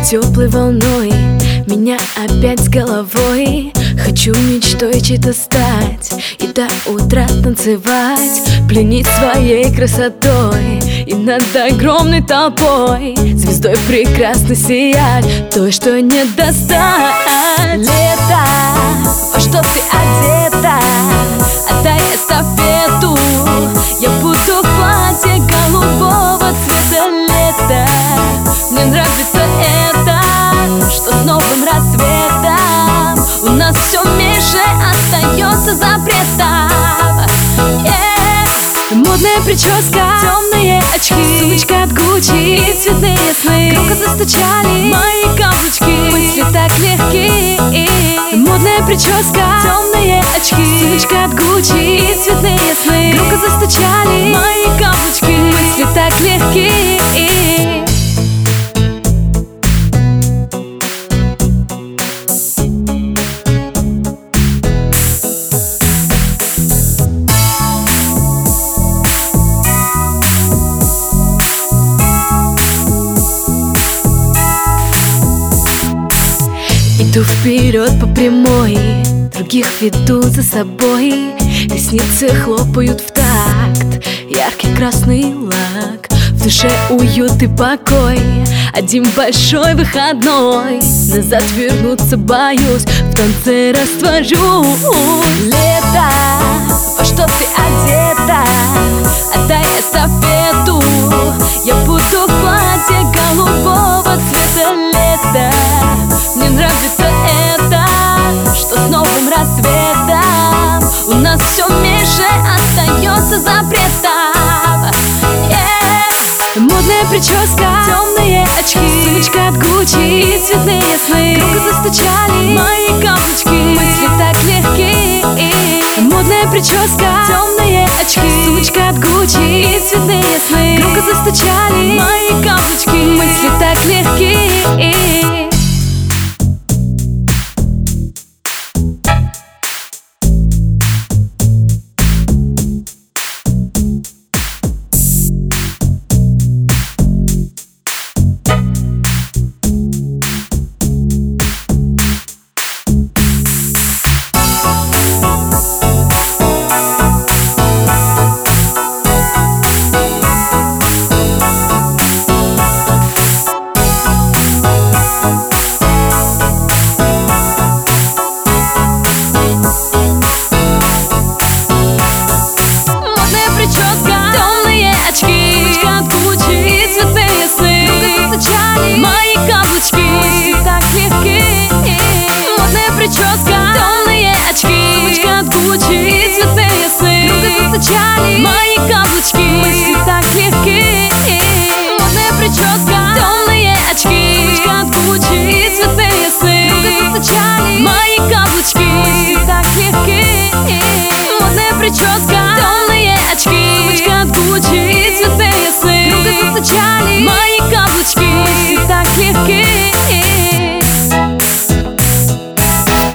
теплой волной меня опять с головой. Хочу мечтой чьей-то стать и до утра танцевать, пленить своей красотой и над огромной толпой звездой прекрасно сиять, той, что не достать. Лето, во что ты одета? Отдай эстафету. Я буду в платье голубого цвета. Лето, мне нравится это, что с новым рассветом у нас все меньше остается запретов. Модная прическа, темные очки, сумочка от Гуччи и цветные сны. Громко застучали мои каблучки, мысли так легки. Модная прическа, темные очки, сумочка от Гуччи и цветные сны. Громко застучали мои каблучки, мысли так легки. Иду вперед по прямой, других веду за собой. Ресницы хлопают в такт, яркий красный лак. В душе уют и покой, один большой выходной. Назад вернуться боюсь, в танце растворюсь. Лето, во что ты одета? Отдай эстафету. Я буду в платье голубого цвета. Лето, мне нравится это, что с новым рассветом у нас все меньше остается запретов. Модная прическа, темные очки, сумочка от Гуччи и цветные сны. Громко застучали мои каблучки, мысли так легки. Модная прическа, темные очки, сумочка от Гуччи и цветные сны. Громко застучали мои каблучки, мысли так легки. Мои каблучки, мысли так легки. Модная прическа, темные очки, сумочка от Гуччи и цветные сны. Громко застучали мои каблучки, мысли так легки. Модная прическа, темные очки, сумочка от Гуччи и цветные сны. Громко застучали мои каблучки, мысли так легки. Модная прическа, темные очки, сумочка от Гуччи и цветные сны. Громко застучали